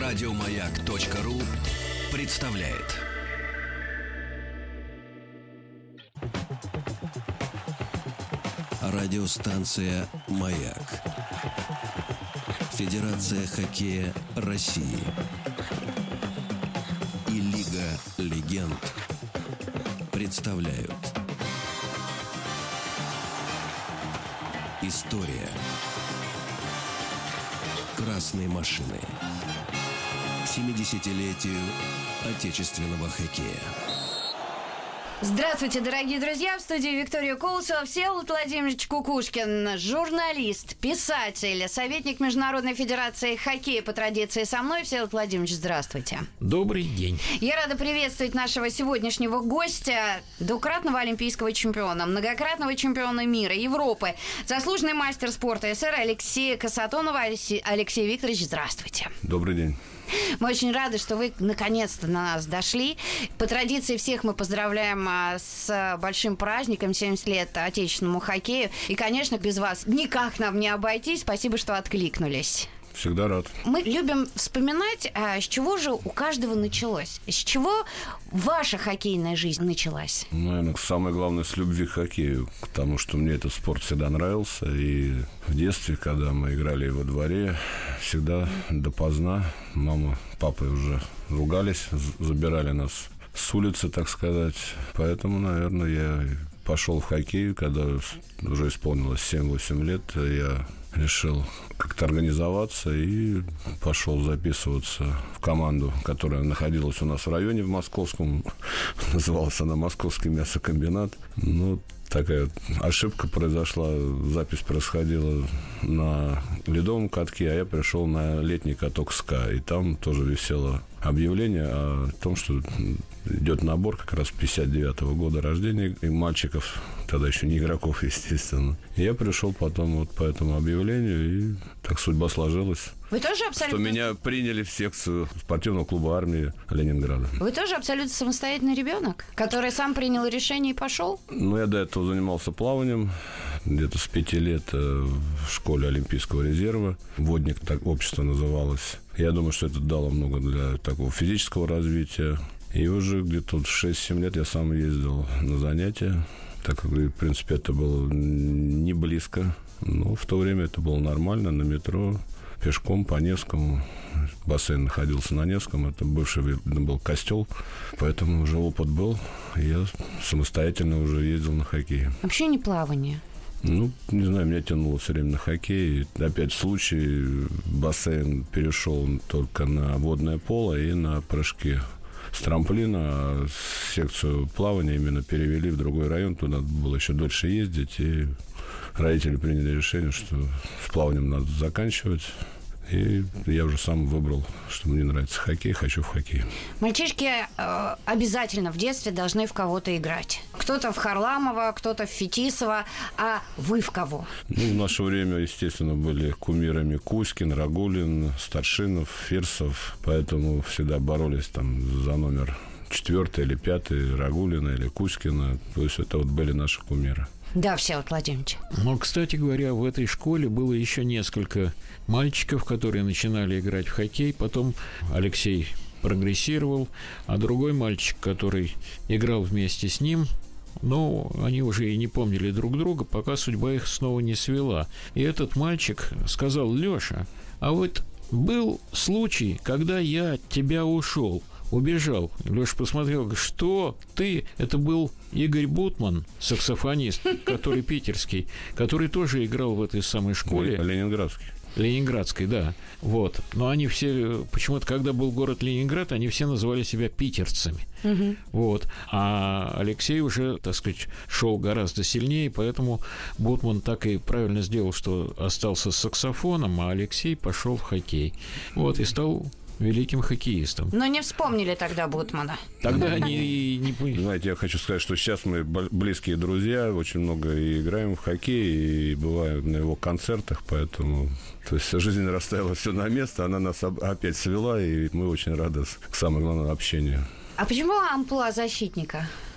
Радиомаяк.ру представляет. Радиостанция «Маяк». Федерация хоккея России и Лига легенд представляют. История красной машины. 70-летию отечественного хоккея. Здравствуйте, дорогие друзья! В студии Виктория Колосова, Всеволод Владимирович Кукушкин, журналист, писатель, советник Международной Федерации хоккея по традиции со мной. Всеволод Владимирович, здравствуйте. Добрый день. Я рада приветствовать нашего сегодняшнего гостя, двукратного олимпийского чемпиона, многократного чемпиона мира, Европы, заслуженный мастер спорта СССР Алексея Касатонова. Алексей Викторович, здравствуйте. Добрый день. Мы очень рады, что вы наконец-то на нас дошли. По традиции всех мы поздравляем с большим праздником, 70 лет отечественному хоккею. И, конечно, без вас никак нам не обойтись. Спасибо, что откликнулись. Всегда рад. Мы любим вспоминать, с чего же у каждого началось. С чего ваша хоккейная жизнь началась? Наверное, самое главное, с любви к хоккею. Потому что мне этот спорт всегда нравился. И в детстве, когда мы играли во дворе, всегда допоздна мама, папа уже ругались, забирали нас с улицы, так сказать. Поэтому, наверное, я пошел в хоккей, когда уже исполнилось 7-8 лет. Я решил как-то организоваться и пошел записываться в команду, которая находилась у нас в районе, в Московском. Называлась она «Московский мясокомбинат». Ну, такая ошибка произошла. Запись происходила на ледовом катке, а я пришел на летний каток СКА. И там тоже висело объявление о том, что идет набор как раз 59-го года рождения, и мальчиков, тогда еще не игроков, естественно. И я пришел потом вот по этому объявлению, и так судьба сложилась. Вы тоже абсолютно... Что меня приняли в секцию спортивного клуба армии Ленинграда. Вы тоже абсолютно самостоятельный ребенок, который сам принял решение и пошел? Ну, я до этого занимался плаванием. Где-то с 5 лет в школе Олимпийского резерва. Водник, так общество называлось. Я думаю, что это дало много для такого физического развития. И уже где-то в 6-7 лет я сам ездил на занятия, так как, в принципе, это было не близко. Но в то время это было нормально, на метро, пешком по Невскому. Бассейн находился на Невском, это бывший был костел, поэтому уже опыт был. Я самостоятельно уже ездил на хоккей. Вообще не плавание? Ну, не знаю, меня тянуло все время на хоккей. И опять случай, бассейн перешел только на водное поло и на прыжки с трамплина, а секцию плавания именно перевели в другой район. Туда было еще дольше ездить, и родители приняли решение, что с плаванием надо заканчивать. И я уже сам выбрал, что мне нравится хоккей, хочу в хоккей. Мальчишки обязательно в детстве должны в кого-то играть. Кто-то в Харламова, кто-то в Фетисова, а вы в кого? Ну, в наше время, естественно, были кумирами Кузькин, Рагулин, Старшинов, Фирсов. Поэтому всегда боролись там за номер 4 или 5 Рагулина или Кузькина. То есть это вот были наши кумиры. Да, Всеволод Владимирович. Но, кстати говоря, в этой школе было еще несколько мальчиков, которые начинали играть в хоккей. Потом Алексей прогрессировал, а другой мальчик, который играл вместе с ним, но они уже и не помнили друг друга, пока судьба их снова не свела. И этот мальчик сказал: «Лёша, а вот был случай, когда я от тебя убежал». Лёша посмотрел, говорит: «Что? Ты?» Это был Игорь Бутман, саксофонист, который питерский, который тоже играл в этой самой школе. Ленинградской, да. Вот. Но они все, почему-то, когда был город Ленинград, они все называли себя питерцами. Угу. Вот. А Алексей уже, так сказать, шел гораздо сильнее, поэтому Бутман так и правильно сделал, что остался с саксофоном, а Алексей пошел в хоккей. Вот, и стал великим хоккеистом. Но не вспомнили тогда Бутмана. Тогда они не поняли. Знаете, я хочу сказать, что сейчас мы близкие друзья, очень много и играем в хоккей, и бываем на его концертах, поэтому... То есть жизнь расставила все на место, она нас опять свела, и мы очень рады, самое главное, общению. А почему амплуа защитника?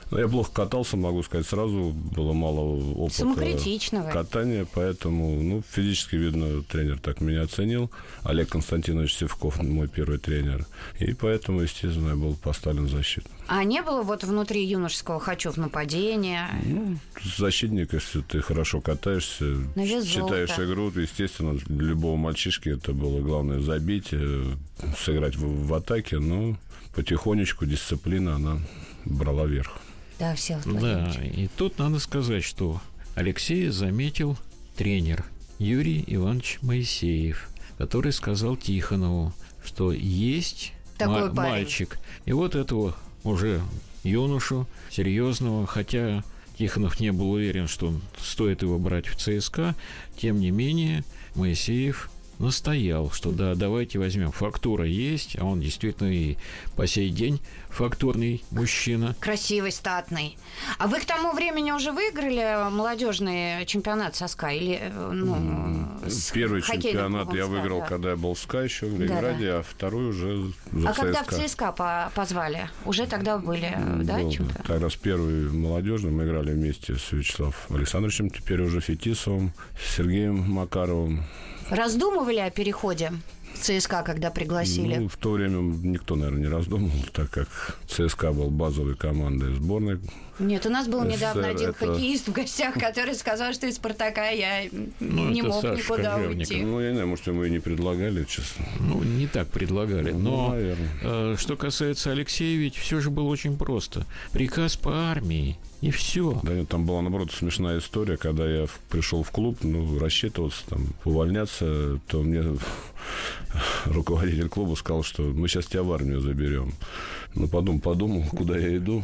Я плохо катался, могу сказать сразу. Было мало опыта катания, поэтому, физически, видно, тренер так меня оценил. Олег Константинович Севков, мой первый тренер. И поэтому, естественно, я был поставлен в защиту. А не было вот внутри юношеского «хочу» нападения? Защитник, если ты хорошо катаешься, читаешь игру, то, естественно, для любого мальчишки это было главное забить, сыграть в атаке, но потихонечку дисциплина, она брала верх. Да, Всеволод Владимирович. Да, и тут надо сказать, что Алексея заметил тренер Юрий Иванович Моисеев, который сказал Тихонову, что есть мальчик. И вот этого уже юношу, серьезного, хотя Тихонов не был уверен, что стоит его брать в ЦСКА, тем не менее Моисеев настоял, что да, давайте возьмем. Фактура есть, а он действительно и по сей день фактурный мужчина. Красивый, статный. А вы к тому времени уже выиграли молодежный чемпионат со СКА? Или, первый чемпионат я выиграл, когда я был в СКА еще в Ленинграде, а второй уже за ЦСКА. Когда в ЦСКА позвали? Уже тогда были, чемпионаты? Тогда с первой молодежной мы играли вместе с Вячеславом Александровичем, теперь уже Фетисовым, Сергеем Макаровым. Раздумывали о переходе в ЦСКА, когда пригласили? В то время никто, наверное, не раздумывал, так как ЦСКА был базовой командой сборной. Нет, у нас был недавно один хоккеист в гостях, который сказал, что из «Спартака» я не мог никуда уйти. Я не знаю, может, ему и не предлагали, честно. Не так предлагали. Но что касается Алексея, ведь все же было очень просто. Приказ по армии. И все. Да, там была, наоборот, смешная история, когда я пришел в клуб, рассчитываться, увольняться, то мне руководитель клуба сказал, что мы сейчас тебя в армию заберем. Подумал, куда я иду.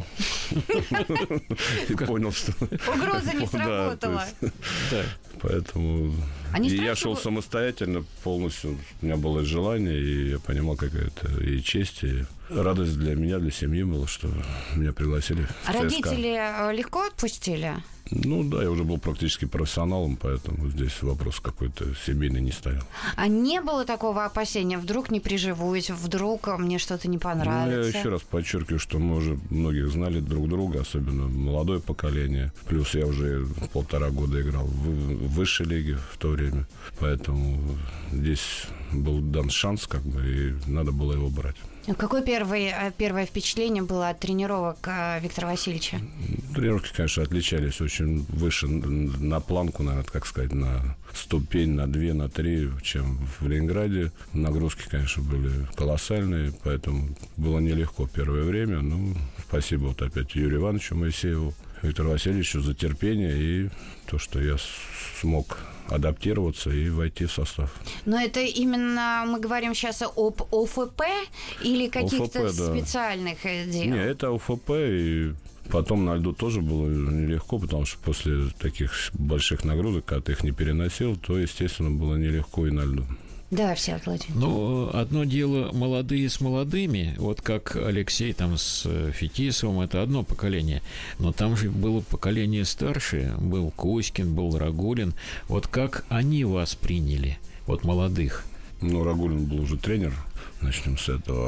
И понял, что... Угроза не сработала. Поэтому... Я шел самостоятельно полностью. У меня было желание, и я понимал, какая это и честь, и радость для меня, для семьи была, что меня пригласили в ЦСКА. Родители легко отпустили? Да, я уже был практически профессионалом, поэтому здесь вопрос какой-то семейный не стоял. А не было такого опасения? Вдруг не приживусь, вдруг мне что-то не понравится? Я еще раз подчеркиваю, что мы уже многих знали друг друга, особенно молодое поколение. Плюс я уже 1,5 года играл в высшей лиге в то время. Поэтому здесь был дан шанс, и надо было его брать. Какое первое впечатление было от тренировок Виктора Васильевича? Тренировки, конечно, отличались очень выше на планку, наверное, как сказать, на ступень, на 2, на 3, чем в Ленинграде. Нагрузки, конечно, были колоссальные, поэтому было нелегко первое время. Спасибо опять Юрию Ивановичу Моисееву, Виктору Васильевичу за терпение и то, что я смог адаптироваться и войти в состав. Но это именно мы говорим сейчас об ОФП или каких-то специальных дел? Нет, это ОФП, и потом на льду тоже было нелегко, потому что после таких больших нагрузок, когда ты их не переносил, то, естественно, было нелегко и на льду. Да, Всеволод Владимирович. Одно дело молодые с молодыми, вот как Алексей с Фетисовым, это одно поколение, но там же было поколение старшее, был Кузькин, был Рагулин. Вот как они вас приняли, молодых? Рагулин был уже тренер, начнем с этого.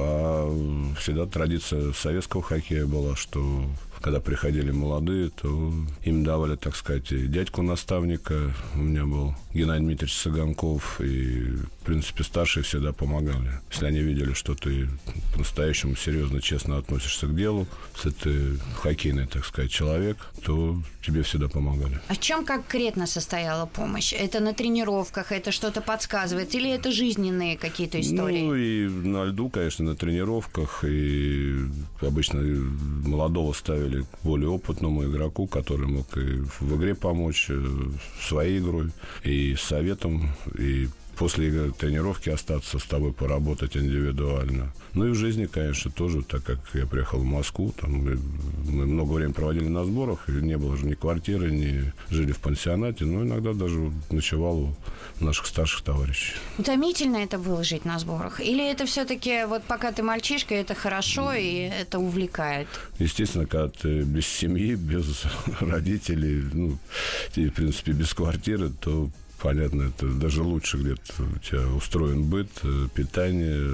А всегда традиция советского хоккея была, что когда приходили молодые, то им давали, так сказать, дядьку-наставника. У меня был Геннадий Дмитриевич Саганков, и, в принципе, старшие всегда помогали. Если они видели, что ты по-настоящему серьезно, честно относишься к делу, если ты хоккейный, так сказать, человек, то тебе всегда помогали. А в чем конкретно состояла помощь? Это на тренировках, это что-то подсказывает, или это жизненные какие-то истории? И на льду, конечно, на тренировках, и обычно молодого ставили к более опытному игроку, который мог и в игре помочь, своей игрой, и советом, и после игры, тренировки остаться с тобой, поработать индивидуально. И в жизни, конечно, тоже, так как я приехал в Москву, мы много времени проводили на сборах, и не было же ни квартиры, ни жили в пансионате, иногда даже ночевал у наших старших товарищей. Утомительно это было жить на сборах? Или это все-таки, пока ты мальчишка, это хорошо и это увлекает? Естественно, когда ты без семьи, без родителей, и, в принципе, без квартиры, то понятно, это даже лучше где-то у тебя устроен быт, питание,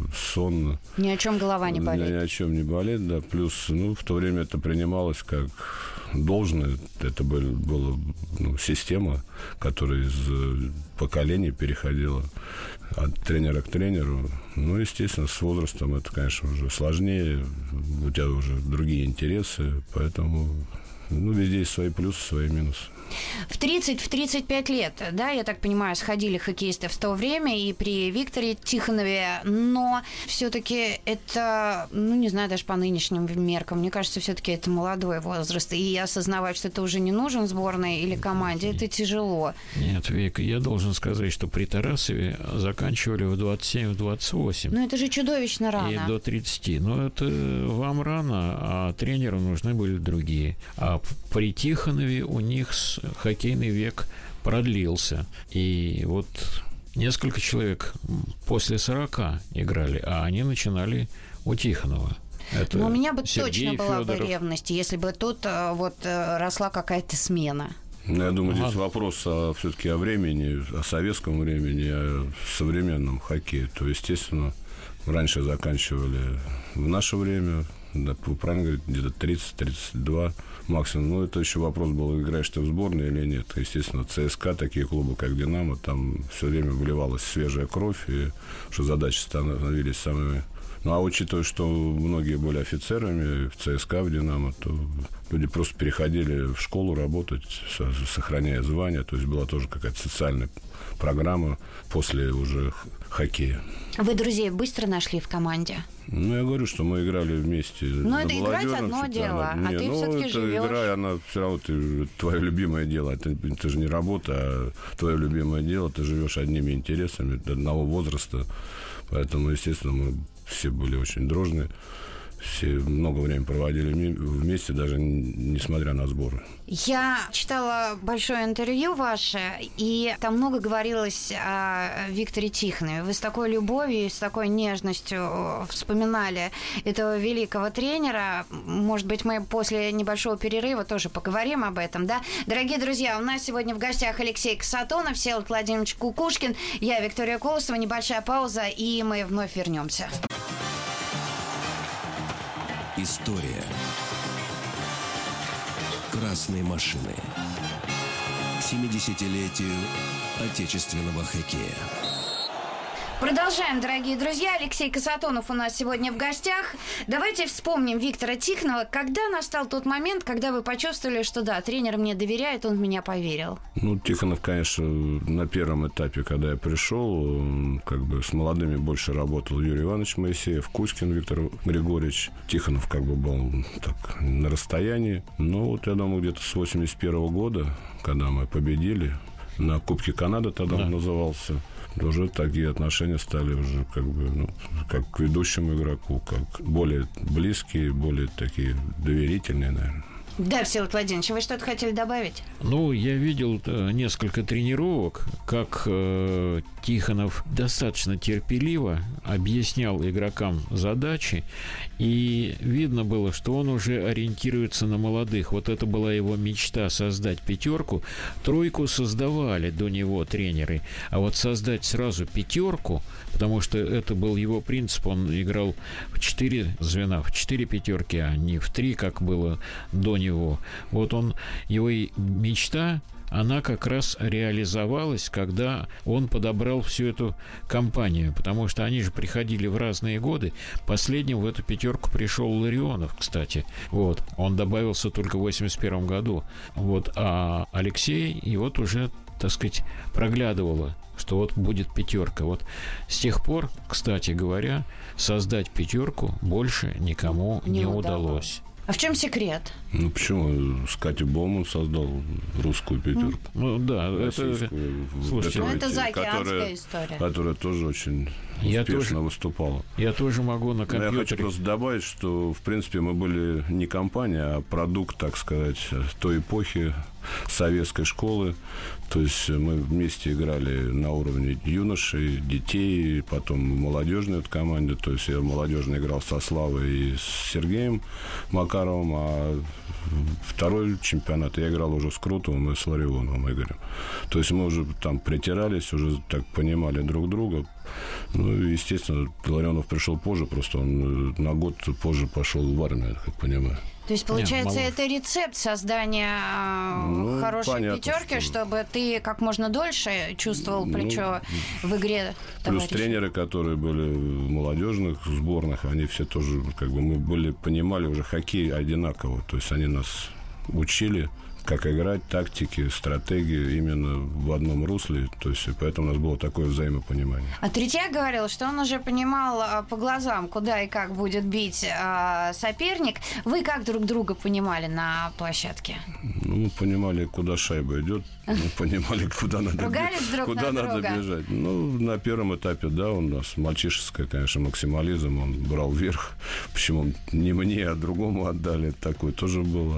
сон. Ни о чем голова не болит. Ни о чем не болит, да. Плюс, в то время это принималось как должное. Это была система, которая из поколений переходила от тренера к тренеру. Естественно, с возрастом это, конечно, уже сложнее. У тебя уже другие интересы, поэтому везде есть свои плюсы, свои минусы. В 30-35 лет, да, я так понимаю, сходили хоккеисты в то время и при Викторе Тихонове, но все-таки это, не знаю, даже по нынешним меркам, мне кажется, все-таки это молодой возраст, и осознавать, что ты уже не нужен сборной или команде, это тяжело. Нет, Вика, я должен сказать, что при Тарасове заканчивали в 27-28. Но это же чудовищно рано. И до 30. Но это вам рано, а тренеру нужны были другие. А при Тихонове у них хоккейный век продлился. И вот несколько человек после 40 играли, а они начинали у Тихонова. Но у меня бы Сергей точно была Федоров. бы ревность, если бы тут росла какая-то смена. Я думаю, здесь вопрос все-таки о времени, о советском времени, о современном хоккее. То, естественно, раньше заканчивали в наше время, да, вы правильно говорите, где-то 30-32 максимум. Это еще вопрос был, играешь ты в сборной или нет. Естественно, ЦСКА, такие клубы, как «Динамо», там все время вливалась свежая кровь, и что задачи становились самыми... А учитывая, что многие были офицерами в ЦСКА, в «Динамо», то люди просто переходили в школу работать, сохраняя звания. То есть была тоже какая-то социальная программа после уже хоккея. Вы друзей быстро нашли в команде? Я говорю, что мы играли вместе. Но это играть одно дело, а ты все-таки живешь. Игра, она все равно твое любимое дело. Это же не работа, а твое любимое дело. Ты живешь одними интересами одного возраста. Поэтому, естественно, мы все были очень дружные. Все много времени проводили вместе, даже несмотря на сборы. Я читала большое интервью ваше, и там много говорилось о Викторе Тихонове. Вы с такой любовью и с такой нежностью вспоминали этого великого тренера. Может быть, мы после небольшого перерыва тоже поговорим об этом, да? Дорогие друзья, у нас сегодня в гостях Алексей Касатонов, Всеволод Владимирович Кукушкин, я Виктория Колосова. Небольшая пауза, и мы вновь вернемся. История красной машины. К 70-летию отечественного хоккея. Продолжаем, дорогие друзья. Алексей Касатонов у нас сегодня в гостях. Давайте вспомним Виктора Тихонова. Когда настал тот момент, когда вы почувствовали, что да, тренер мне доверяет, он в меня поверил? Тихонов, конечно, на первом этапе, когда я пришел, с молодыми больше работал Юрий Иванович Моисеев, Кузькин Виктор Григорьевич. Тихонов был так на расстоянии. Я думаю, где-то с 81 года, когда мы победили, на Кубке Канады тогда он назывался, уже такие отношения стали уже как к ведущему игроку, как более близкие, более такие доверительные, наверное. Да, Всеволод Владимирович, вы что-то хотели добавить? Я видел несколько тренировок, как Тихонов достаточно терпеливо объяснял игрокам задачи, и видно было, что он уже ориентируется на молодых. Вот это была его мечта — создать пятерку. Тройку создавали до него тренеры, а вот создать сразу пятерку, потому что это был его принцип, он играл в 4 звена, в 4 пятерки, а не в 3, как было до него. Вот его мечта, она как раз реализовалась, когда он подобрал всю эту компанию, потому что они же приходили в разные годы. Последним в эту пятерку пришел Ларионов, кстати. Он добавился только в 81 году. А Алексей уже, так сказать, проглядывало, что будет пятерка. С тех пор, кстати говоря, создать пятерку больше никому не удалось. А в чем секрет? Почему? Скати Боуман создал русскую пятерку. Это... Слушайте, это заокеанская история. Которая тоже очень успешно выступала. Я тоже могу на компьютере... Я хочу просто добавить, что, в принципе, мы были не компания, а продукт, так сказать, той эпохи советской школы. То есть мы вместе играли на уровне юношей, детей, потом молодежной команде. То есть я молодежно играл со Славой и с Сергеем Макаровым, а второй чемпионат я играл уже с Крутовым и с Ларионовым Игорем. То есть мы уже там притирались, уже так понимали друг друга. Ну, естественно, Ларионов пришел позже, просто он на год позже пошел в армию, как понимаю. То есть, получается, это рецепт создания хорошей пятерки, чтобы ты как можно дольше чувствовал плечо в игре товарища. Плюс тренеры, которые были в молодежных сборных, они все тоже, как бы, мы понимали уже хоккей одинаково. То есть они нас учили, как играть, тактики, стратегии именно в одном русле. То есть, поэтому у нас было такое взаимопонимание. А Третьяк говорил, что он уже понимал по глазам, куда и как будет бить соперник. Вы как друг друга понимали на площадке? Ну, мы понимали, куда шайба идет. Мы понимали, куда надо бежать. Ну, на первом этапе, да, у нас мальчишеское, конечно, максимализм. Он брал вверх. Почему не мне, а другому отдали. Такое тоже было.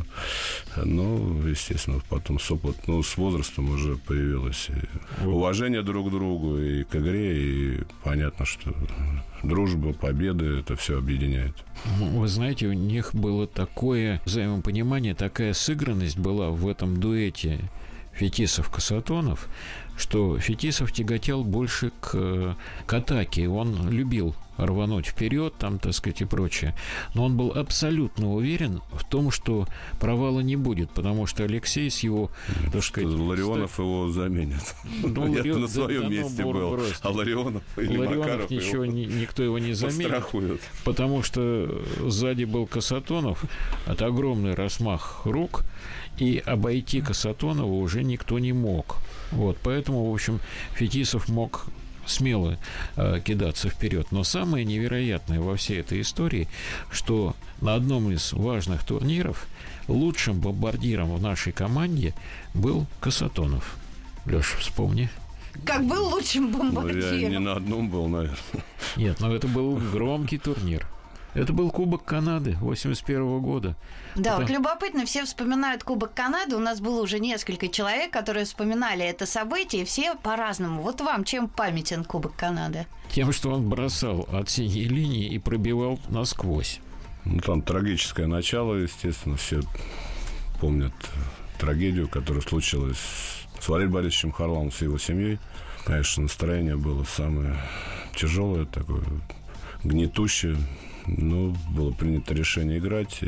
Но, естественно, потом с опытом, с возрастом уже появилось и уважение друг к другу, и к игре, и понятно, что дружба, победы, это все объединяет. Вы знаете, у них было такое взаимопонимание, такая сыгранность была в этом дуэте Фетисов-Касатонов, что Фетисов тяготел больше к атаке. Он любил рвануть вперед, там, так сказать, и прочее. Но он был абсолютно уверен в том, что провала не будет, потому что Алексей с его, так сказать... Ларионов его заменит. Ну, я на своем месте был. А Ларионов или Макаров ничего, никто его не заменит. Потому что сзади был Касатонов, это огромный размах рук, и обойти Касатонова уже никто не мог. Вот, поэтому, в общем, Фетисов мог смело кидаться вперед. Но самое невероятное во всей этой истории, что на одном из важных турниров лучшим бомбардиром в нашей команде был Касатонов. Леша, вспомни. Как был лучшим бомбардиром? Я не на одном был, наверное. Нет, но это был громкий турнир. Это был Кубок Канады 1981 года. Да, вот любопытно, все вспоминают Кубок Канады. У нас было уже несколько человек, которые вспоминали это событие, и все по-разному. Вот вам чем памятен Кубок Канады? Тем, что он бросал от синей линии и пробивал насквозь. Ну, там трагическое начало, естественно, все помнят трагедию, которая случилась с Валерием Борисовичем Харламовым, с его семьей. Конечно, настроение было самое тяжелое, такое гнетущее. Но было принято решение играть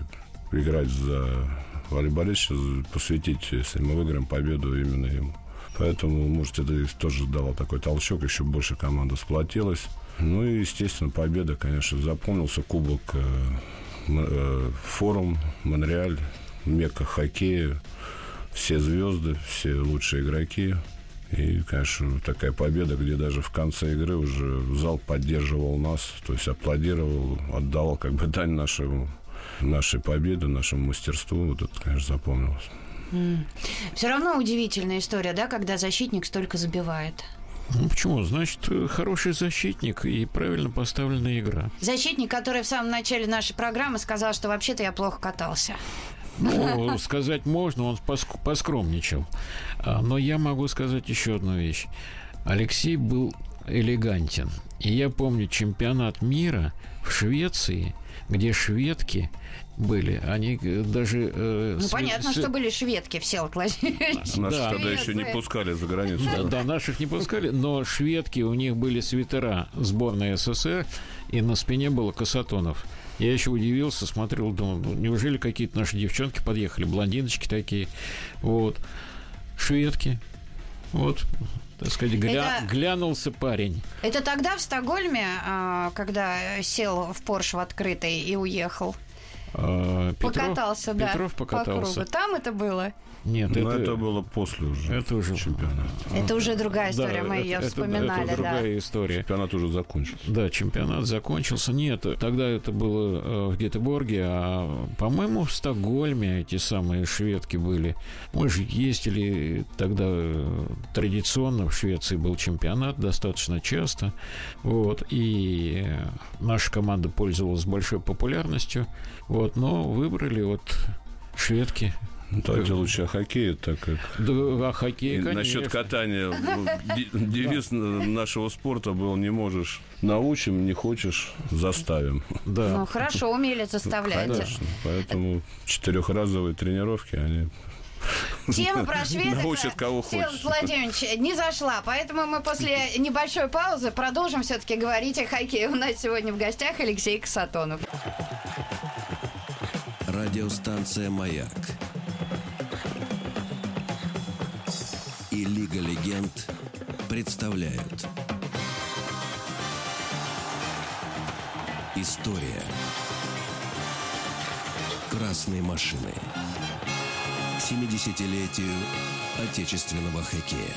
за Валерия Борисовича, посвятить, если мы выиграем, победу именно ему. Поэтому, может, это тоже дало такой толчок, еще больше команда сплотилась. Ну и, естественно, победа, конечно, запомнился. Кубок, форум, Монреаль, Мекка хоккея, все звезды, все лучшие игроки. И, конечно, такая победа, где даже в конце игры уже зал поддерживал нас, то есть аплодировал, отдавал как бы дань нашей победе, нашему мастерству. Вот это, конечно, запомнилось. Все равно удивительная история, да, когда защитник столько забивает. Ну, почему? Значит, хороший защитник и правильно поставленная игра. Защитник, который в самом начале нашей программы сказал, что вообще-то я плохо катался. Ну, сказать можно, он поскромничал. Но я могу сказать еще одну вещь. Алексей был элегантен. И я помню чемпионат мира в Швеции, где шведки были, они даже... понятно, что были шведки, Всеволод Владимирович. Наших тогда еще не пускали за границу. Да, наших не пускали, но шведки, у них были свитера сборной СССР, и на спине было Касатонов. Я еще удивился, смотрел, думал, неужели какие-то наши девчонки подъехали, блондиночки такие, вот, шведки, вот, так сказать, глянулся парень. Это тогда в Стокгольме, когда сел в Порш в открытой и уехал? Покатался, да. Петров покатался. По кругу. Там это было? Нет, Но это было после уже. Это уже чемпионат. Это уже другая история, да, мы ее вспоминали. Это другая история. Чемпионат уже закончился. Да, чемпионат закончился. Нет, тогда это было в Гетеборге, а, по-моему, в Стокгольме эти самые шведки были. Мы же ездили тогда традиционно, в Швеции был чемпионат достаточно часто. Вот, и наша команда пользовалась большой популярностью. Вот, но выбрали вот шведки. Давайте лучше о хоккее, так как... Да, о хоккее, конечно. Насчет катания. Девиз нашего спорта был: не можешь — научим, не хочешь — заставим. Да. Ну, хорошо, умели заставлять. Конечно. Поэтому 4-разовые тренировки, они... Тема про шведок, научат кого Всеволод хочешь. Владимирович, не зашла. Поэтому мы после небольшой паузы продолжим все-таки говорить о хоккее. У нас сегодня в гостях Алексей Касатонов. Радиостанция «Маяк» и Лига легенд представляют История красной машины. 70-летию отечественного хоккея.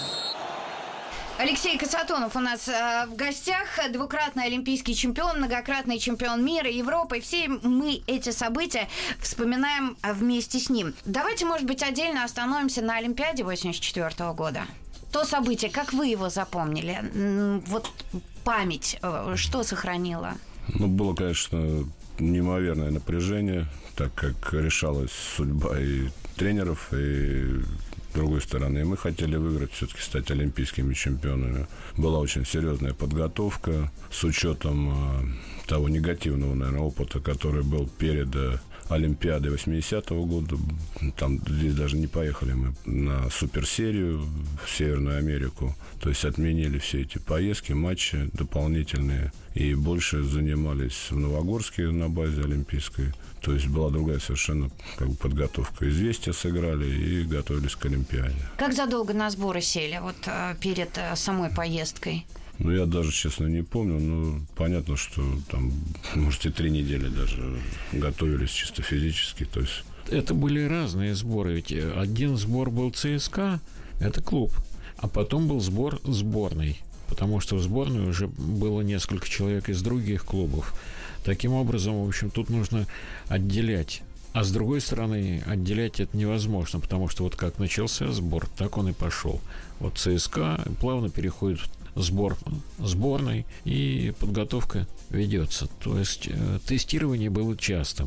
Алексей Касатонов у нас в гостях, двукратный олимпийский чемпион, многократный чемпион мира, Европы. Все мы эти события вспоминаем вместе с ним. Давайте, может быть, отдельно остановимся на Олимпиаде 1984 года. То событие, как вы его запомнили? Вот память, что сохранила? Ну, было, конечно, неимоверное напряжение, так как решалась судьба и тренеров, и с другой стороны, мы хотели выиграть, все-таки стать олимпийскими чемпионами. Была очень серьезная подготовка с учетом того негативного, наверное, опыта, который был перед Олимпиадой 80-го года. Там здесь даже не поехали мы на суперсерию в Северную Америку. То есть отменили все эти поездки, матчи дополнительные. И больше занимались в Новогорске на базе олимпийской. То есть была другая совершенно подготовка. «Известия» сыграли и готовились к Олимпиаде. Как задолго на сборы сели вот перед самой поездкой? Ну, я даже, честно, не помню. Но понятно, что там, может, и 3 недели даже готовились чисто физически. То есть... Это были разные сборы. Ведь один сбор был ЦСКА, это клуб. А потом был сбор сборной. Потому что в сборной уже было несколько человек из других клубов. Таким образом, в общем, тут нужно отделять. А с другой стороны, отделять это невозможно, потому что вот как начался сбор, так он и пошел. Вот ЦСКА плавно переходит в сбор сборной, и подготовка ведется. То есть тестирование было частым.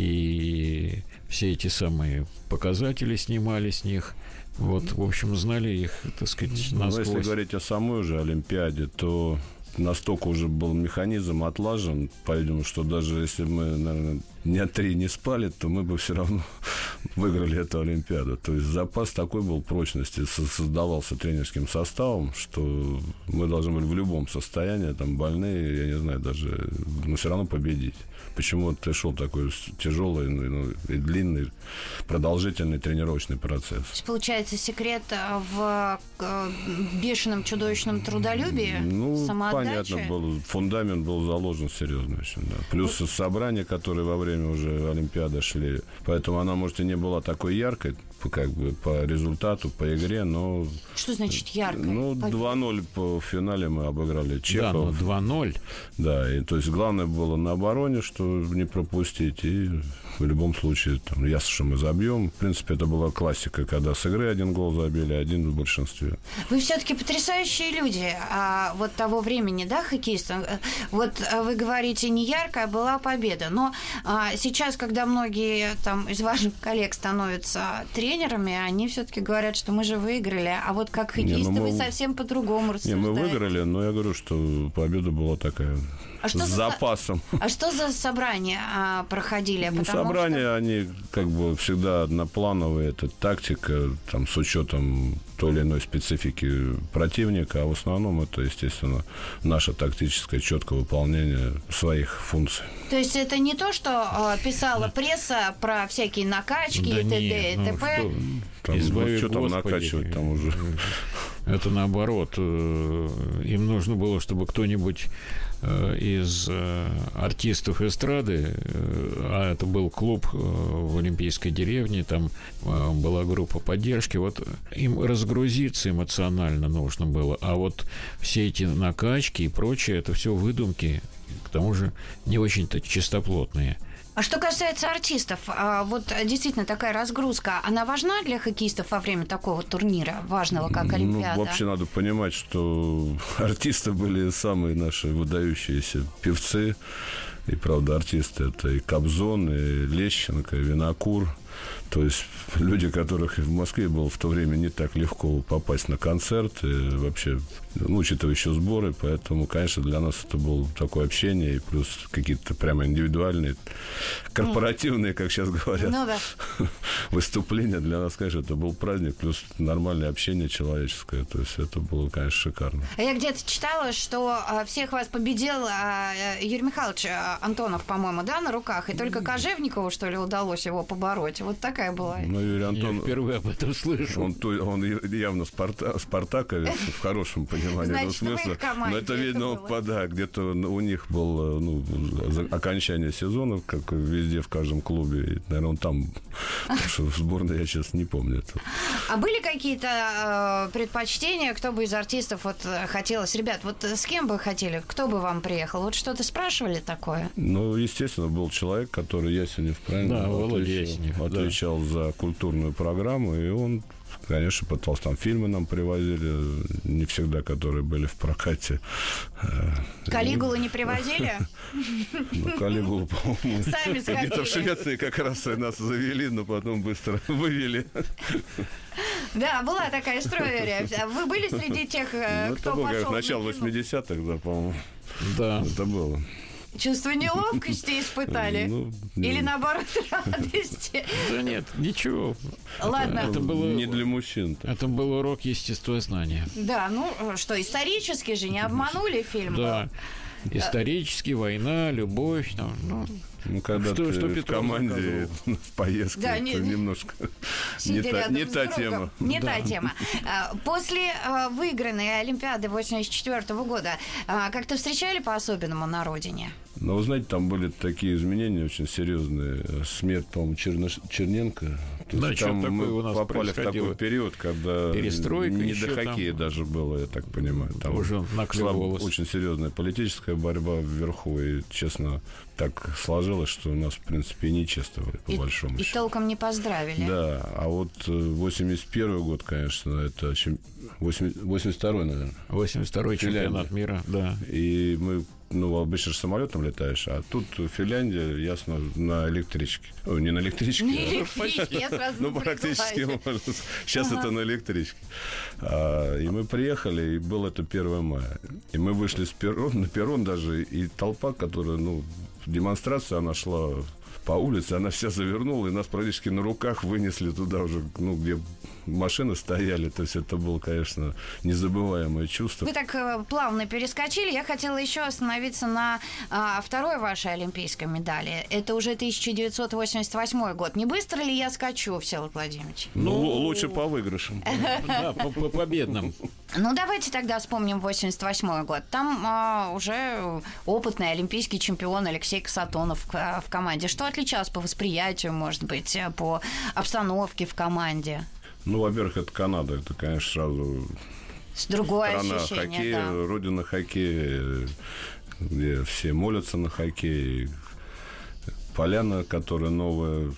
И все эти самые показатели снимали с них. Вот, в общем, знали их, так сказать, насквозь. Если говорить о самой же Олимпиаде, то настолько уже был механизм отлажен, по-видимому, что даже если мы, наверное, дня 3 не спали, то мы бы все равно выиграли эту Олимпиаду. То есть запас такой был прочности, создавался тренерским составом, что мы должны были в любом состоянии, там, больные, я не знаю, даже, но все равно победить. Почему ты шел такой тяжелый и длинный, продолжительный тренировочный процесс? Получается, секрет в бешеном чудовищном трудолюбии, самоотдаче? Понятно, фундамент был заложен серьезно очень, да. Плюс собрания, которые во время уже Олимпиады шли. Поэтому она, может, и не была такой яркой, как бы по результату, по игре, но... Что значит яркой? 2-0 по финале мы обыграли чехов. Да, 2-0. Да, и то есть главное было на обороне, что не пропустить, и в любом случае, там, ясно, что мы забьем. В принципе, это была классика, когда с игры 1 гол забили, 1 в большинстве. Вы все-таки потрясающие люди вот того времени, да, хоккеисты? Вот вы говорите, не яркая была победа, но сейчас, когда многие там из ваших коллег становятся тренерами, они все-таки говорят, что мы же выиграли, а вот как хоккеисты вы совсем по-другому рассуждаете. Мы выиграли, но я говорю, что победа была такая... с запасом. А что за собрания проходили? Собрания, они как бы всегда одноплановые. Это тактика, там, с учетом той или иной специфики противника, а в основном это, естественно, наше тактическое четкое выполнение своих функций. То есть это не то, что писала пресса про всякие накачки, да и т.д. и т.п.? Что там накачивать, там уже... Это наоборот. Им нужно было, чтобы кто-нибудь из артистов эстрады, а это был клуб в Олимпийской деревне, там была группа поддержки, вот им разгрузиться эмоционально нужно было, а вот все эти накачки и прочее, это все выдумки, к тому же не очень-то чистоплотные. А что касается артистов, вот действительно такая разгрузка, она важна для хоккеистов во время такого турнира, важного как Олимпиада? Ну, вообще надо понимать, что артисты были самые наши выдающиеся певцы. И, правда, артисты – это и Кобзон, и Лещенко, и Винокур. То есть люди, которых в Москве было в то время не так легко попасть на концерт, и вообще, учитывая еще сборы, поэтому, конечно, для нас это было такое общение, и плюс какие-то прямо индивидуальные, корпоративные, как сейчас говорят, выступления. Для нас, конечно, это был праздник, плюс нормальное общение человеческое. То есть это было, конечно, шикарно. Я где-то читала, что всех вас победил Юрий Михайлович Антонов, по-моему, да, на руках, и только Кожевникову, что ли, удалось его побороть. Вот такая была. Ну, Юрий Антонов, я впервые об этом слышу. Он явно спартаковец в хорошем понимании этого смысла. Но это видно, где-то у них было окончание сезона, как везде, в каждом клубе. И, наверное, он там, потому что в сборной я сейчас не помню этого. А были какие-то предпочтения, кто бы из артистов вот хотелось? Ребят, вот с кем бы хотели, кто бы вам приехал? Вот что-то спрашивали такое? Ну, естественно, был человек, который Ясенев, правильно? Да, Володя Ясенев. Отвечал за культурную программу, и он, конечно, пытался, там фильмы нам привозили, не всегда, которые были в прокате. Калигулу не привозили? Ну, Калигулу, по-моему, сами сходили. где-то в Швеции как раз нас завели, но потом быстро вывели. Да, была такая история. Вы были среди тех, кто пошел? Это было начало 80-х, да, по-моему. Да. Это было. Чувство неловкости испытали? Или наоборот радости? Да нет, ничего. Ладно. Это было не для мужчин. Это был урок естествознания. Да, ну что, исторически же не обманули фильм? Да. Исторически, война, любовь. Ну, когда ты в команде, в поездке, да, это немножко не та тема. Не та тема. После выигранной Олимпиады 1984 года как-то встречали по-особенному на родине? Ну, вы знаете, там были такие изменения очень серьезные. Смерть, по-моему, Черненко. Да, там мы у нас попали в такой период, когда не до хоккея там даже было, я так понимаю. Там уже наклевывалось. Очень серьезная политическая борьба вверху. И, честно, так сложилось, что у нас, в принципе, и нечисто, по большому счету. И толком не поздравили. Да, а вот 81 год, конечно, это 82-й, наверное. 82-й чемпионат мира, да. И мы... обычно же самолетом летаешь, а тут Финляндия, ясно, на электричке. Не на электричке. Не электричке, я сразу практически. Сейчас это на электричке. И мы приехали, и было это 1 мая. И мы вышли на перрон даже, и толпа, которая, демонстрация, она шла по улице, она вся завернула, и нас практически на руках вынесли туда уже, где машины стояли. То есть это было, конечно, незабываемое чувство. Вы так плавно перескочили. Я хотела еще остановиться на второй вашей олимпийской медали. Это уже 1988 год. Не быстро ли я скачу, Всеволод Владимирович? Лучше по выигрышам. Да, по победным. Давайте тогда вспомним 88 год. Там уже опытный олимпийский чемпион Алексей Касатонов в команде. Что отличалось по восприятию, может быть, по обстановке в команде? Во-первых, это Канада. Это, конечно, сразу другое страна ощущение, хоккея, да. Родина хоккея, где все молятся на хоккей. Поляна, которая новая,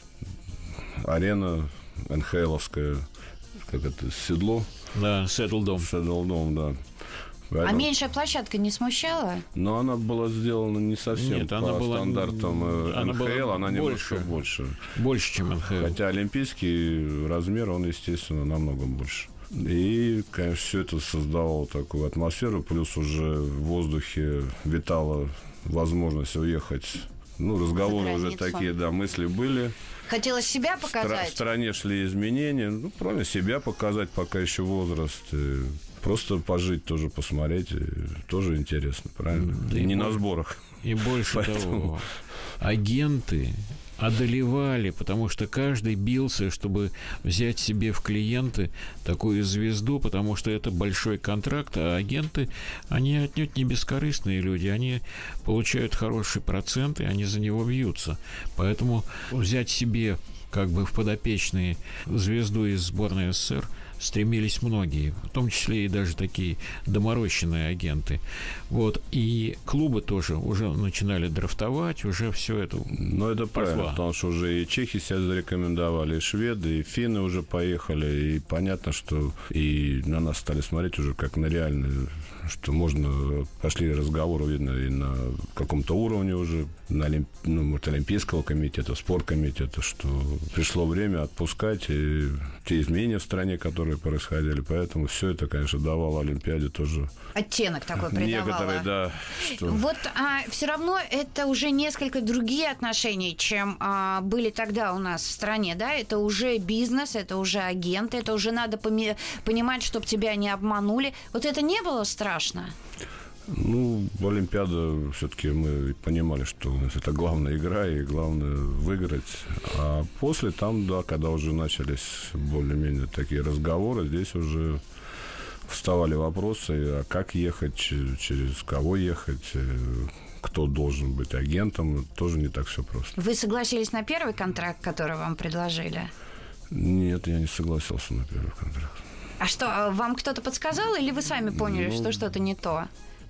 арена НХЛовская, как это, Седло. Да, Седлдом. Седлдом, да. А меньшая площадка не смущала? Но она была сделана не совсем по стандартам НХЛ, она немножко больше. Больше, чем НХЛ. Хотя олимпийский размер, он, естественно, намного больше. И, конечно, все это создавало такую атмосферу, плюс уже в воздухе витала возможность уехать. Разговоры уже такие, да, мысли были. Хотелось себя показать? В стране шли изменения. Правильно, себя показать, пока еще возраст. Просто пожить, тоже посмотреть, тоже интересно, правильно? Да и не на сборах. И больше того, агенты одолевали, потому что каждый бился, чтобы взять себе в клиенты такую звезду, потому что это большой контракт, а агенты, они отнюдь не бескорыстные люди, они получают хорошие проценты, они за него бьются. Поэтому взять себе как бы в подопечные звезду из сборной СССР стремились многие, в том числе и даже такие доморощенные агенты. Вот. И клубы тоже уже начинали драфтовать, уже все это Ну, это пошло. правильно, потому что уже и чехи себя зарекомендовали, и шведы, и финны уже поехали, и понятно, что и на нас стали смотреть уже как на реальные, что можно, пошли разговоры, видно, и на каком-то уровне уже, на Олимпийского комитета, спорткомитета, что пришло время отпускать и те изменения в стране, которые происходили. Поэтому все это, конечно, давало Олимпиаде тоже Оттенок такой придавало. некоторые, да. Что... Вот все равно это уже несколько другие отношения, чем были тогда у нас в стране, да? Это уже бизнес, это уже агенты, это уже надо понимать, чтобы тебя не обманули. Вот это не было страшно? Ну, Олимпиада, все-таки мы понимали, что это главная игра, и главное выиграть. А после там, да, когда уже начались более-менее такие разговоры, здесь уже вставали вопросы, а как ехать, через кого ехать, кто должен быть агентом, тоже не так все просто. Вы согласились на первый контракт, который вам предложили? Нет, я не согласился на первый контракт. А что, вам кто-то подсказал, или вы сами поняли, что что-то не то?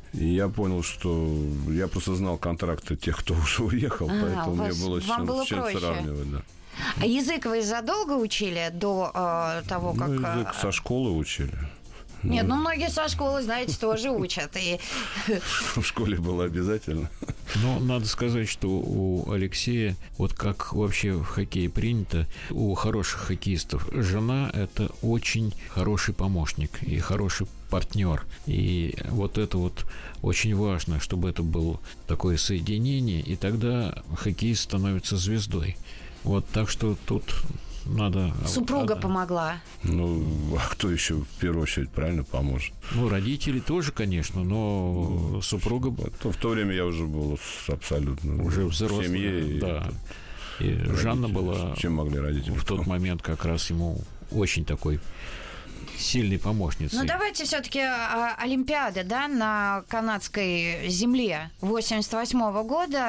Я понял, что я просто знал контракты тех, кто уже уехал, поэтому мне было с чем сравнивать. Да. А язык вы задолго учили до того, как... Язык со школы учили. Нет, многие со школы, знаете, тоже учат. И... В школе было обязательно. Но надо сказать, что у Алексея, вот как вообще в хоккее принято, у хороших хоккеистов жена – это очень хороший помощник и хороший партнер. И вот это вот очень важно, чтобы это было такое соединение, и тогда хоккеист становится звездой. Вот, так что тут... надо... Супруга помогла. Ну, а кто еще в первую очередь правильно поможет? Ну, родители тоже, конечно, но супруга... В то время я уже был абсолютно уже взрослый, в семье. Да. И Жанна была... Чем могли родители? В тот момент как раз ему очень такой... сильной помощницей. Ну, давайте все-таки Олимпиада, да, на канадской земле 88-го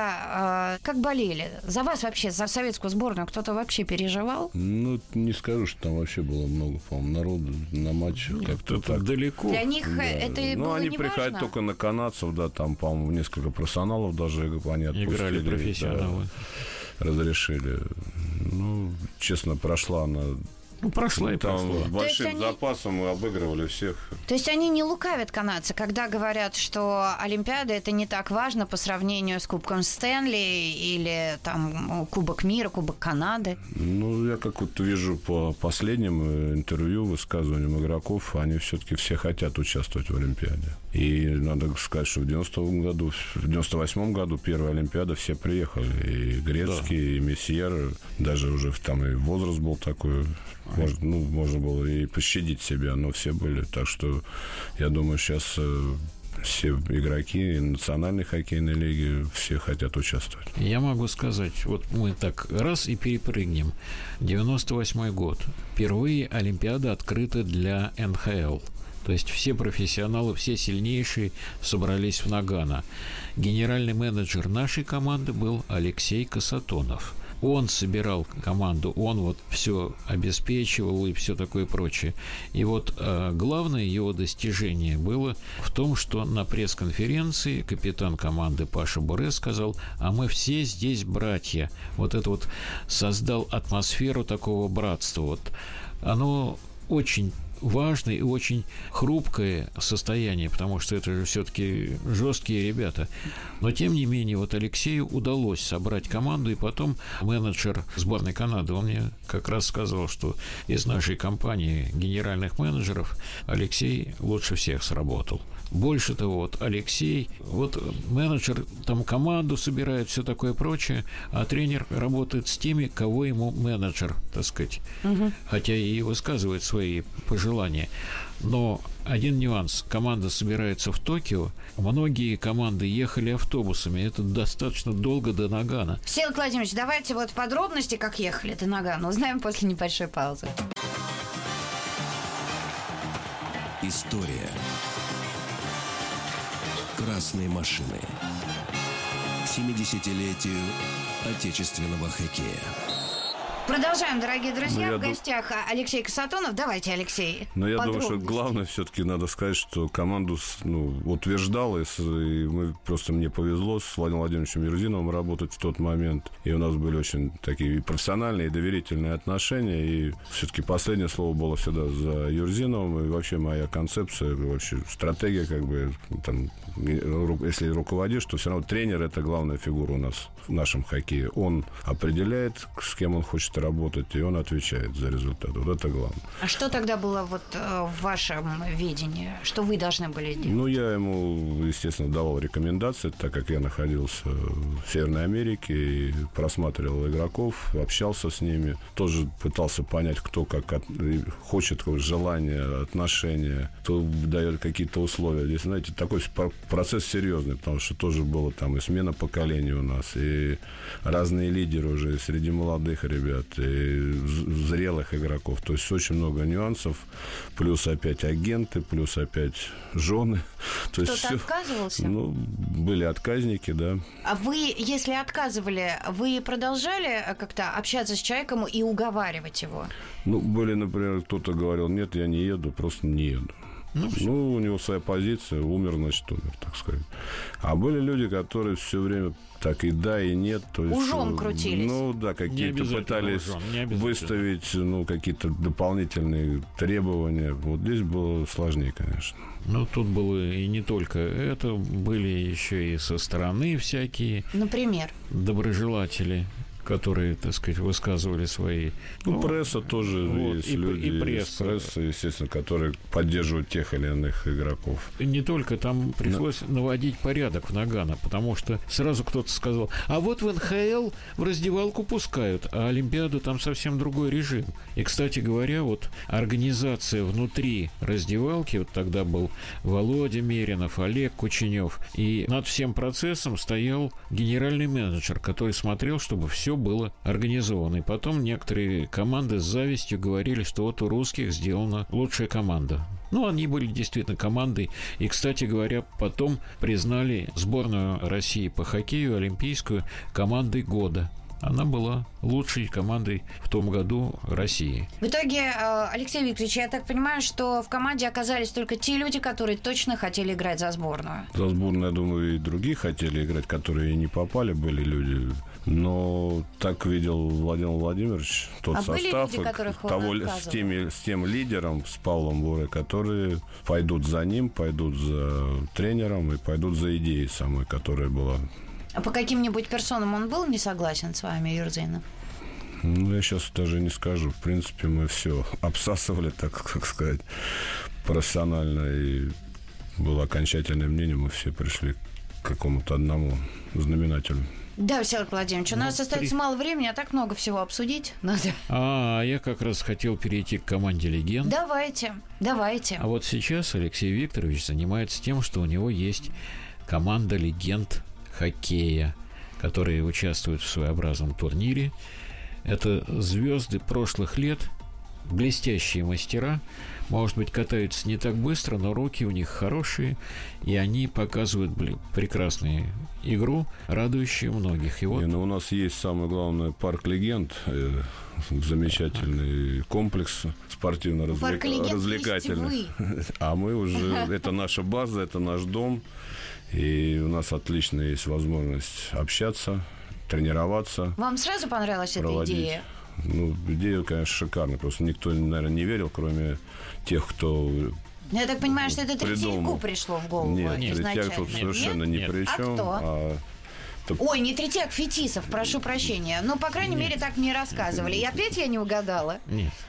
года. Как болели? За вас вообще, за советскую сборную кто-то вообще переживал? Ну, не скажу, что там вообще было много, по-моему, народу на матче. Как-то так. Далеко. Для них это было Ну, они не приходят важно? только на канадцев, да, там, по-моему, несколько профессионалов даже они отпустили. Играли профессионалы. Да, разрешили. Ну, честно, прошла она... Ну, прошла и там прошла. с большим они... запасом мы обыгрывали всех. То есть они не лукавят, канадцы, когда говорят, что Олимпиада это не так важно по сравнению с Кубком Стэнли или там Кубок мира, Кубок Канады? Ну, я как вот вижу по последним интервью, высказываниям игроков, они все-таки все хотят участвовать в Олимпиаде. И надо сказать, что в 98 году первая Олимпиада все приехали. И Грецкий, и Месьер, даже уже там и возраст был такой. Можно было и пощадить себя, но все были. Так что я думаю, сейчас все игроки национальной хоккейной лиги все хотят участвовать. Я могу сказать, вот мы так раз и перепрыгнем. 98 год. Впервые Олимпиада открыта для НХЛ. То есть все профессионалы, все сильнейшие собрались в Нагано. Генеральный менеджер нашей команды был Алексей Касатонов. Он собирал команду, он вот все обеспечивал и все такое прочее. И вот главное его достижение было в том, что на пресс-конференции капитан команды Паша Буре сказал: а мы все здесь братья. Вот это вот создал атмосферу такого братства. Вот оно очень важное и очень хрупкое состояние, потому что это же все-таки жесткие ребята. Но, тем не менее, вот Алексею удалось собрать команду, и потом менеджер сборной Канады, он мне как раз сказал, что из нашей компании генеральных менеджеров Алексей лучше всех сработал. Больше того, вот Алексей, вот менеджер там команду собирает, все такое прочее, а тренер работает с теми, кого ему менеджер, так сказать, хотя и высказывает свои пожелания желание. Но один нюанс. Команда собирается в Токио. Многие команды ехали автобусами. Это достаточно долго до Нагано. Всеволод Владимирович, давайте вот подробности, как ехали до Нагано, узнаем после небольшой паузы. История красной машины. К 70-летию отечественного хоккея. Продолжаем, дорогие друзья. В гостях Алексей Касатонов. Давайте, Алексей. Но я думаю, что главное все-таки надо сказать, что команду утверждала, и мне повезло с Владимиром Владимировичем Юрзиновым работать в тот момент. И у нас были очень такие профессиональные и доверительные отношения. И все-таки последнее слово было всегда за Юрзиновым. И вообще моя концепция, вообще стратегия, если руководишь, то все равно тренер – это главная фигура у нас в нашем хоккее. Он определяет, с кем он хочет работать, и он отвечает за результат. Вот это главное. А что тогда было в вашем видении? Что вы должны были делать? Я ему, естественно, давал рекомендации, так как я находился в Северной Америке и просматривал игроков, общался с ними. Тоже пытался понять, кто как хочет, желание, отношения, кто дает какие-то условия. Здесь, знаете, такой процесс серьезный, потому что тоже было там и смена поколений у нас, и разные лидеры уже среди молодых ребят, и зрелых игроков. То есть очень много нюансов. Плюс опять агенты, плюс опять жены. То есть кто-то отказывался? Были отказники, да. А вы, если отказывали, вы продолжали как-то общаться с человеком и уговаривать его? Были, например, кто-то говорил: нет, я не еду, просто не еду. У него своя позиция, умер, значит, умер, так сказать. А были люди, которые все время так и да, и нет. То есть, ужом крутились. Какие-то пытались выставить какие-то дополнительные требования. Вот здесь было сложнее, конечно. Тут было и не только это, были еще и со стороны всякие. Например? Доброжелатели, которые, так сказать, высказывали свои... Пресса тоже есть люди и пресса. Пресса, естественно, которые поддерживают тех или иных игроков. И не только, там пришлось наводить порядок в Нагано, потому что сразу кто-то сказал: а вот в НХЛ в раздевалку пускают, а Олимпиаду там совсем другой режим. И, кстати говоря, организация внутри раздевалки, тогда был Володя Меринов, Олег Кученев, и над всем процессом стоял генеральный менеджер, который смотрел, чтобы все было организовано. И потом некоторые команды с завистью говорили, что у русских сделана лучшая команда. Они были действительно командой. И, кстати говоря, потом признали сборную России по хоккею, олимпийскую, командой года. Она была лучшей командой в том году России. В итоге, Алексей Викторович, я так понимаю, что в команде оказались только те люди, которые точно хотели играть за сборную. За сборную, я думаю, и другие хотели играть, которые не попали, были люди. Но так видел Владимир Владимирович тот состав, люди, с тем лидером, с Павлом Бурой, которые пойдут за ним, пойдут за тренером и пойдут за идеей самой, которая была. А по каким-нибудь персонам он был не согласен с вами, Юрзинов? Я сейчас даже не скажу. В принципе, мы все обсасывали, так сказать, профессионально. И было окончательное мнение. Мы все пришли к какому-то одному знаменателю. Да, Всеволод Владимирович, у нас остается мало времени, а так много всего обсудить надо. Я как раз хотел перейти к команде легенд. Давайте. А вот сейчас Алексей Викторович занимается тем, что у него есть команда легенд хоккея, которые участвуют в своеобразном турнире. Это звезды прошлых лет, блестящие мастера. Может быть, катаются не так быстро, но руки у них хорошие, и они показывают прекрасную игру, радующую многих. И у нас есть, самое главное, парк легенд, замечательный комплекс спортивно-развлекательный. А мы уже, это наша база, это наш дом, и у нас отлично есть возможность общаться, тренироваться. Вам сразу понравилась эта идея? Идея, конечно, шикарная. Просто никто, наверное, не верил, кроме тех, кто... Я так понимаю, что это Третьяку пришло в голову. Нет, Третьяк тут совершенно ни при чем. А кто? Ой, не Третьяк, Фетисов, прошу прощения. По крайней мере, так мне рассказывали. И опять я не угадала. Нет.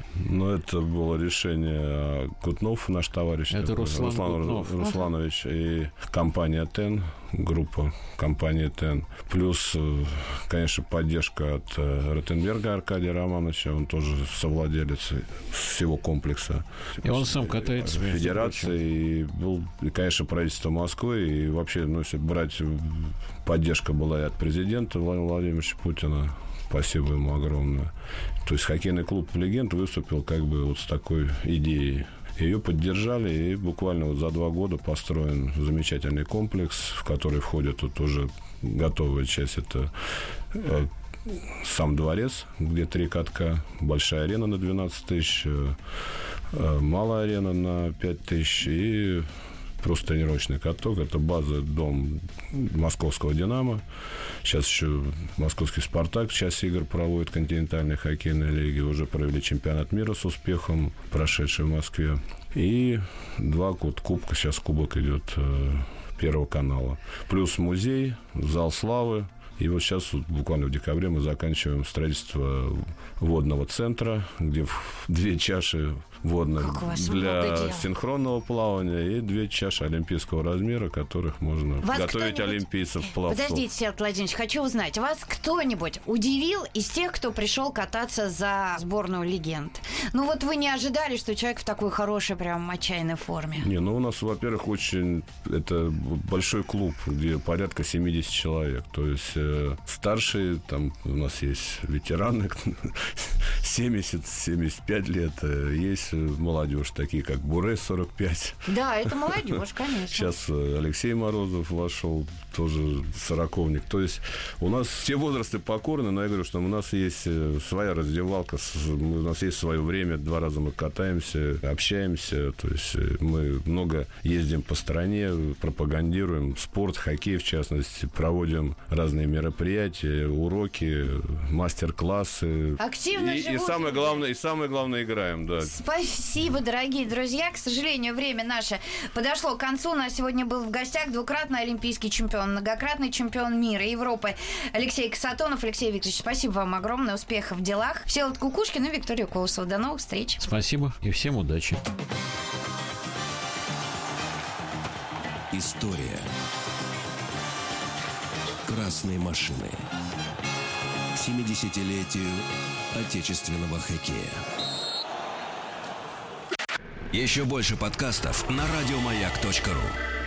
Ну, это было решение Кутнов, наш товарищ. Это такой, Руслан Русланович и компания «Тен», группа компании «Тен». Плюс, конечно, поддержка от Ротенберга Аркадия Романовича. Он тоже совладелец всего комплекса. И он сам катается. Федерации. И был, и, конечно, правительство Москвы. И вообще, ну, если брать, поддержка была и от президента Владимира Владимировича Путина. Спасибо ему огромное. То есть хоккейный клуб «Легенд» выступил как бы вот с такой идеей. Ее поддержали, и буквально вот за 2 года построен замечательный комплекс, в который входит вот уже готовая часть. Это сам дворец, где 3 катка, большая арена на 12 тысяч, малая арена на 5 тысяч и просто тренировочный каток. Это база, дом московского «Динамо». Сейчас еще московский «Спартак» часть игр проводит континентальной хоккейной лиги. Уже провели чемпионат мира с успехом, прошедший в Москве. И 2 кубка. Сейчас кубок идет Первого канала. Плюс музей, зал славы. И вот сейчас, вот, буквально в декабре, мы заканчиваем строительство водного центра, где 2 чаши водных для синхронного плавания и 2 чаши олимпийского размера, которых можно готовить олимпийцев пловцов. Подождите, Всеволод Владимирович, хочу узнать, вас кто-нибудь удивил из тех, кто пришел кататься за сборную «Легенд»? Ну вот вы не ожидали, что человек в такой хорошей, прям отчаянной форме? Не, ну у нас, во-первых, очень... Это большой клуб, где порядка 70 человек. То есть старшие, там у нас есть ветераны 70-75 лет, есть молодежь, такие как Буре 45. Да, это молодежь, конечно. Сейчас Алексей Морозов вошел, тоже 40-ник. То есть у нас все возрасты покорны, но я говорю, что у нас есть своя раздевалка, у нас есть свое время, 2 раза мы катаемся, общаемся, то есть мы много ездим по стране, пропагандируем спорт, хоккей в частности, проводим разные мероприятия, уроки, мастер-классы. Активно и самое главное, играем, да. Спасибо, дорогие друзья. К сожалению, время наше подошло к концу. У нас сегодня был в гостях 2-кратный олимпийский чемпион, многократный чемпион мира и Европы Алексей Касатонов. Алексей Викторович, спасибо вам огромное. Успехов в делах. Всеволод Кукушкин и Виктория Колосова. До новых встреч. Спасибо и всем удачи. История красной машины. 70-летию отечественного хоккея. Еще больше подкастов на радиомаяк.ру.